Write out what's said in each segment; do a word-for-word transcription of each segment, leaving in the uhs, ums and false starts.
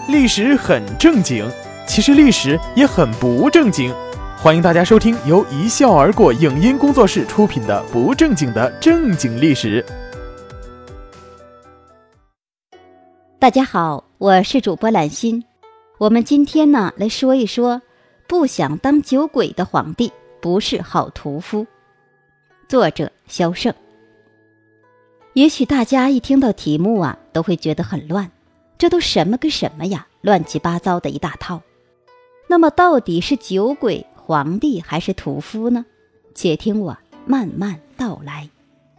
历史很正经，其实历史也很不正经。欢迎大家收听由一笑而过影音工作室出品的《不正经的正经历史》。 大家好，我是主播兰心。我们今天呢来说一说，不想当酒鬼的皇帝不是好屠夫。作者萧胜。也许大家一听到题目啊，都会觉得很乱，这都什么跟什么呀，乱七八糟的一大套。那么到底是酒鬼、皇帝还是屠夫呢？且听我慢慢道来。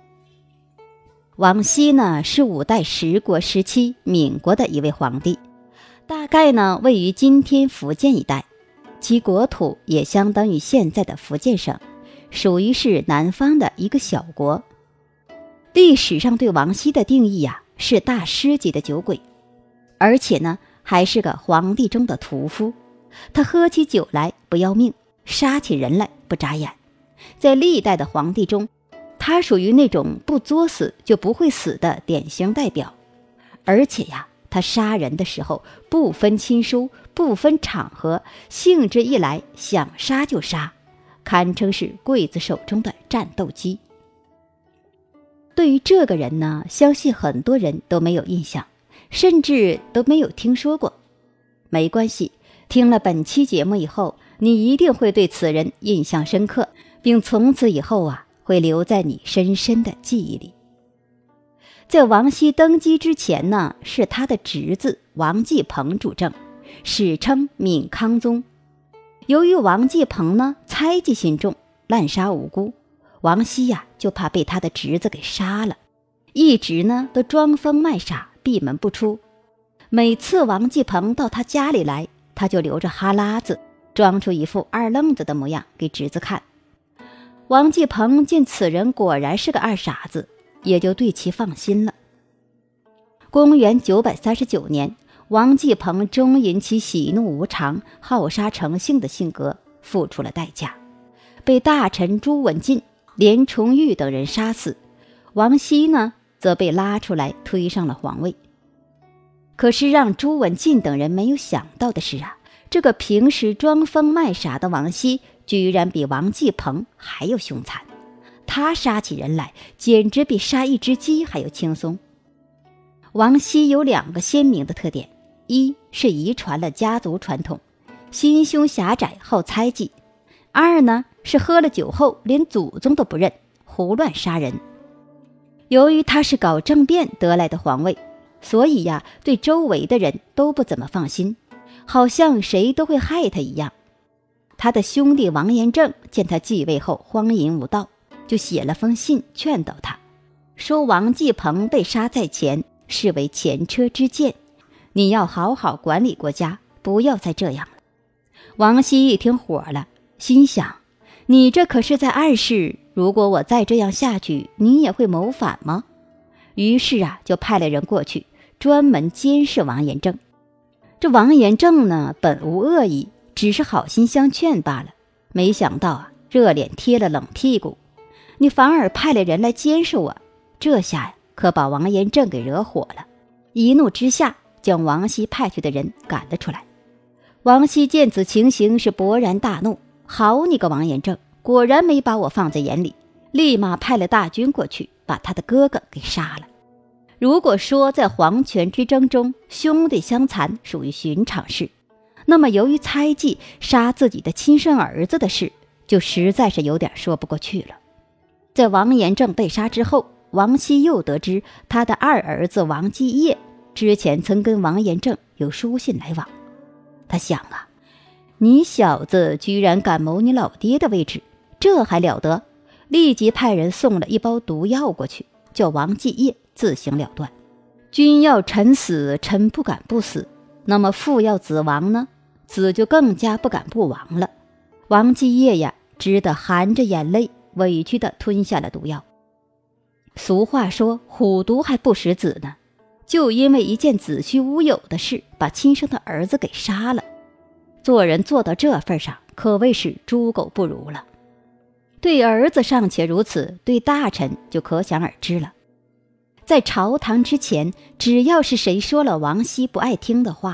王羲呢是五代十国时期闽国的一位皇帝，大概呢位于今天福建一带，其国土也相当于现在的福建省，属于是南方的一个小国。历史上对王羲的定义呀、啊，是大师级的酒鬼，而且呢还是个皇帝中的屠夫。他喝起酒来不要命，杀起人来不眨眼。在历代的皇帝中，他属于那种不作死就不会死的典型代表。而且呀，他杀人的时候不分亲疏，不分场合，兴致一来想杀就杀，堪称是刽子手中的战斗机。对于这个人呢，相信很多人都没有印象，甚至都没有听说过。没关系，听了本期节目以后，你一定会对此人印象深刻，并从此以后啊，会留在你深深的记忆里。在王羲登基之前呢，是他的侄子王继鹏主政，史称闵康宗。由于王继鹏呢猜忌心重，滥杀无辜，王羲呀、啊、就怕被他的侄子给杀了，一直呢都装疯卖傻，闭门不出。每次王继鹏到他家里来，他就留着哈喇子，装出一副二愣子的模样给侄子看。王继鹏见此人果然是个二傻子，也就对其放心了。公元九百三十九年，王继鹏终因其喜怒无常、好杀成性的性格付出了代价，被大臣朱文进、连重玉等人杀死。王羲呢，则被拉出来推上了皇位。可是让朱文进等人没有想到的是啊，这个平时装疯卖傻的王羲，居然比王继鹏还要凶残。他杀起人来，简直比杀一只鸡还要轻松。王羲有两个鲜明的特点，一是遗传了家族传统，心胸狭窄，好猜忌；二呢是喝了酒后连祖宗都不认，胡乱杀人。由于他是搞政变得来的皇位，所以呀，对周围的人都不怎么放心，好像谁都会害他一样。他的兄弟王延政见他继位后荒淫无道，就写了封信劝导他，说王继鹏被杀在前，是为前车之鉴，你要好好管理国家，不要再这样了。王羲一听火了，心想，你这可是在暗示，如果我再这样下去，你也会谋反吗？于是啊，就派了人过去，专门监视王延政。这王延政呢，本无恶意，只是好心相劝罢了。没想到啊，热脸贴了冷屁股，你反而派了人来监视我，这下呀，可把王延政给惹火了。一怒之下，将王羲派去的人赶了出来。王羲见此情形是勃然大怒，好你个王延政，果然没把我放在眼里，立马派了大军过去，把他的哥哥给杀了。如果说在皇权之争中兄弟相残属于寻常事，那么由于猜忌杀自己的亲生儿子的事，就实在是有点说不过去了。在王延政被杀之后，王羲又得知他的二儿子王继业之前曾跟王延政有书信来往。他想啊，你小子居然敢谋你老爹的位置，这还了得，立即派人送了一包毒药过去，叫王继业自行了断。君要臣死，臣不敢不死，那么父要子亡呢，子就更加不敢不亡了。王继业呀，只得含着眼泪委屈地吞下了毒药。俗话说，虎毒还不食子呢，就因为一件子虚乌有的事，把亲生的儿子给杀了。做人做到这份上，可谓是猪狗不如了。对儿子尚且如此，对大臣就可想而知了。在朝堂之前，只要是谁说了王羲不爱听的话，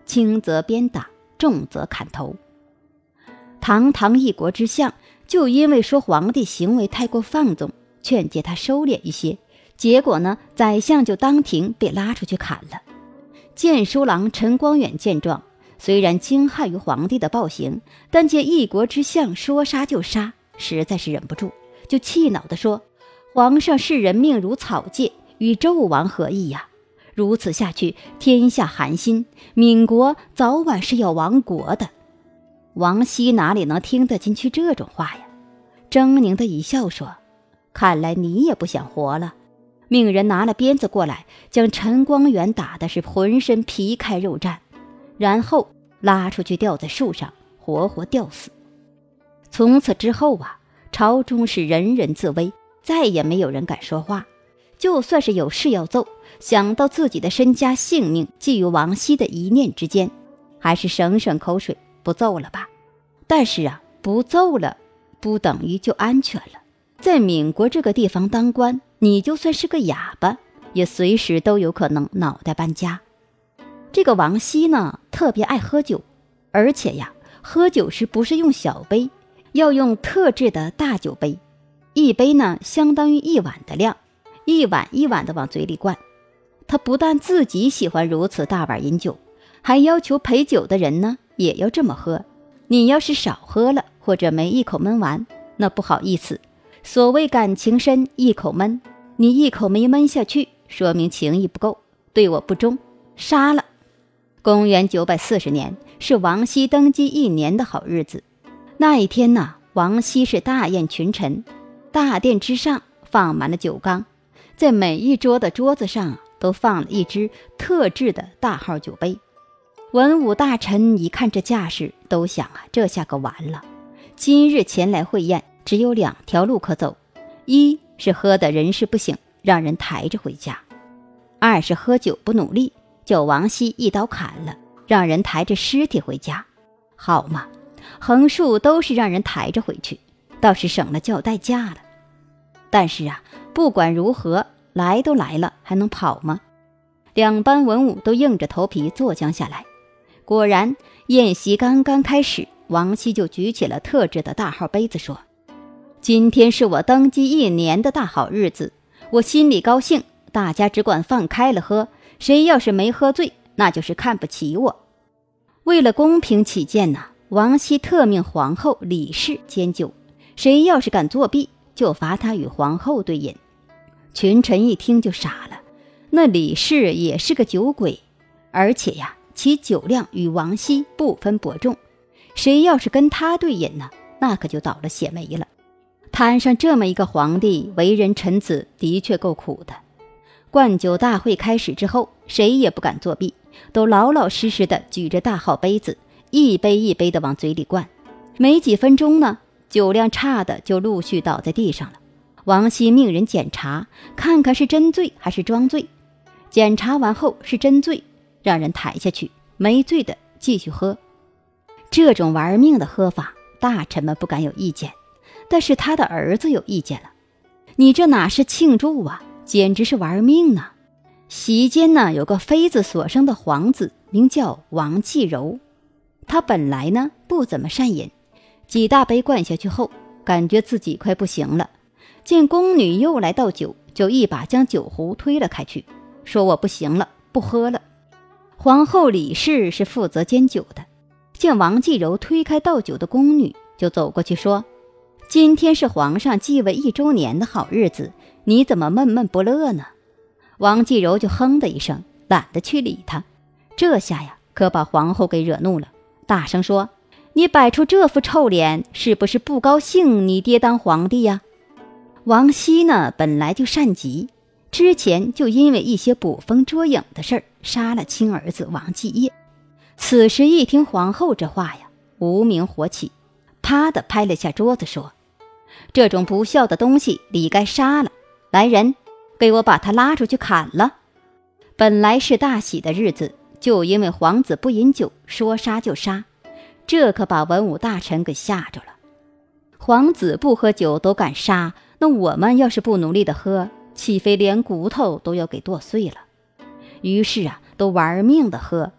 轻则鞭打，重则砍头。堂堂一国之相，就因为说皇帝行为太过放纵，劝诫他收敛一些，结果呢，宰相就当庭被拉出去砍了。谏书郎陈光远见状，虽然惊骇于皇帝的暴行，但见一国之相说杀就杀，实在是忍不住，就气恼地说：皇上视人命如草芥，与纣王何异呀？如此下去，天下寒心，闽国早晚是要亡国的。王熙哪里能听得进去这种话呀？狰狞的一笑说：看来你也不想活了。命人拿了鞭子过来，将陈光远打的是浑身皮开肉绽，然后拉出去吊在树上，活活吊死。从此之后啊，朝中是人人自危，再也没有人敢说话。就算是有事要奏，想到自己的身家性命寄于王熙的一念之间，还是省省口水，不奏了吧。但是啊，不奏了不等于就安全了。在闽国这个地方当官，你就算是个哑巴，也随时都有可能脑袋搬家。这个王熙呢，特别爱喝酒，而且呀，喝酒时不是用小杯，要用特制的大酒杯，一杯呢相当于一碗的量，一碗一碗的往嘴里灌。他不但自己喜欢如此大碗饮酒，还要求陪酒的人呢也要这么喝。你要是少喝了，或者没一口闷完，那不好意思，所谓感情深一口闷，你一口没闷下去，说明情谊不够，对我不忠，杀了。公元九百四十年是王熙登基一年的好日子。那一天呢，王熙是大宴群臣，大殿之上放满了酒缸，在每一桌的桌子上都放了一只特制的大号酒杯。文武大臣一看这架势，都想啊，这下可完了。今日前来会宴，只有两条路可走，一是喝得人事不省，让人抬着回家；二是喝酒不努力，叫王熙一刀砍了，让人抬着尸体回家。好嘛，横竖都是让人抬着回去，倒是省了叫代驾了。但是啊，不管如何，来都来了，还能跑吗？两班文武都硬着头皮坐将下来。果然，宴席刚刚开始，王熙就举起了特制的大号杯子说：今天是我登基一年的大好日子，我心里高兴，大家只管放开了喝，谁要是没喝醉，那就是看不起我。为了公平起见呢，王熙特命皇后李氏监酒，谁要是敢作弊，就罚他与皇后对饮。群臣一听就傻了，那李氏也是个酒鬼，而且呀，其酒量与王熙不分伯仲，谁要是跟他对饮呢，那可就倒了血霉了。摊上这么一个皇帝，为人臣子的确够苦的。灌酒大会开始之后，谁也不敢作弊，都老老实实的举着大号杯子，一杯一杯的往嘴里灌。没几分钟呢，酒量差的就陆续倒在地上了。王熙命人检查，看看是真醉还是装醉。检查完后是真醉，让人抬下去；没醉的继续喝。这种玩命的喝法，大臣们不敢有意见，但是他的儿子有意见了。你这哪是庆祝啊，简直是玩命呢！席间呢，有个妃子所生的皇子，名叫王继柔。他本来呢不怎么善饮，几大杯灌下去后，感觉自己快不行了，见宫女又来倒酒，就一把将酒壶推了开去，说我不行了，不喝了。皇后李氏是负责监酒的，见王继柔推开倒酒的宫女，就走过去说：今天是皇上继位一周年的好日子，你怎么闷闷不乐呢？王继柔就哼的一声，懒得去理他。这下呀，可把皇后给惹怒了，大声说：你摆出这副臭脸，是不是不高兴你爹当皇帝呀？王熙呢，本来就善急，之前就因为一些捕风捉影的事儿，杀了亲儿子王继业。此时一听皇后这话呀，无名火起，啪的拍了下桌子说：这种不孝的东西理该杀了，来人，给我把他拉出去砍了。本来是大喜的日子，就因为皇子不饮酒，说杀就杀，这可把文武大臣给吓着了。皇子不喝酒都敢杀，那我们要是不努力的喝，岂非连骨头都要给剁碎了？于是啊，都玩命的喝，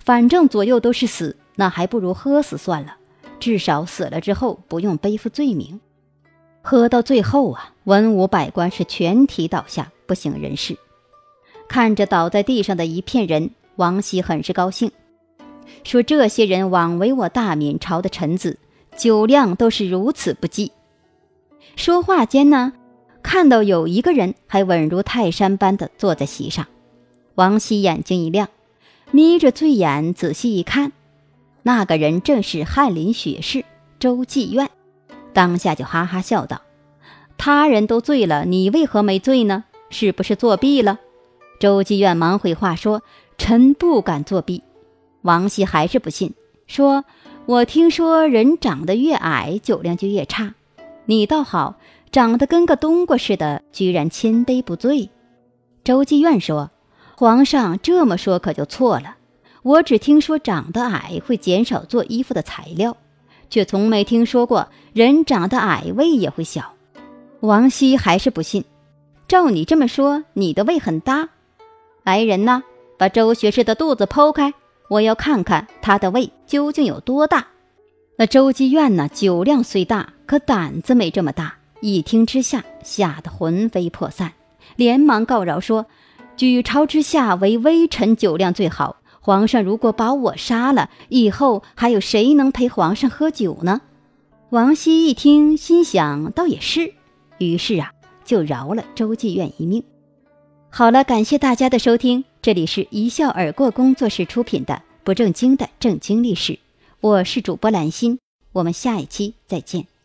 反正左右都是死，那还不如喝死算了，至少死了之后不用背负罪名。喝到最后啊，文武百官是全体倒下，不省人事。看着倒在地上的一片人，王熙很是高兴，说这些人枉为我大明朝的臣子，酒量都是如此不济。说话间呢，看到有一个人还稳如泰山般的坐在席上，王熙眼睛一亮，眯着醉眼仔细一看，那个人正是翰林学士周济愿，当下就哈哈笑道：他人都醉了，你为何没醉呢？是不是作弊了？周济愿忙回话说：臣不敢作弊。王熙还是不信，说：我听说人长得越矮酒量就越差，你倒好，长得跟个冬瓜似的，居然千杯不醉。周济愿说：皇上这么说可就错了，我只听说长得矮会减少做衣服的材料，却从没听说过人长得矮胃也会小。王熙还是不信，照你这么说，你的胃很大。来人呐，把周学士的肚子剖开，我要看看他的胃究竟有多大。那周济愿呢，酒量虽大，可胆子没这么大，一听之下吓得魂飞魄散，连忙告饶说：举朝之下唯微臣酒量最好，皇上如果把我杀了，以后还有谁能陪皇上喝酒呢？王熙一听，心想倒也是，于是啊，就饶了周济愿一命。好了，感谢大家的收听，这里是一笑而过工作室出品的不正经的正经历史，我是主播兰心，我们下一期再见。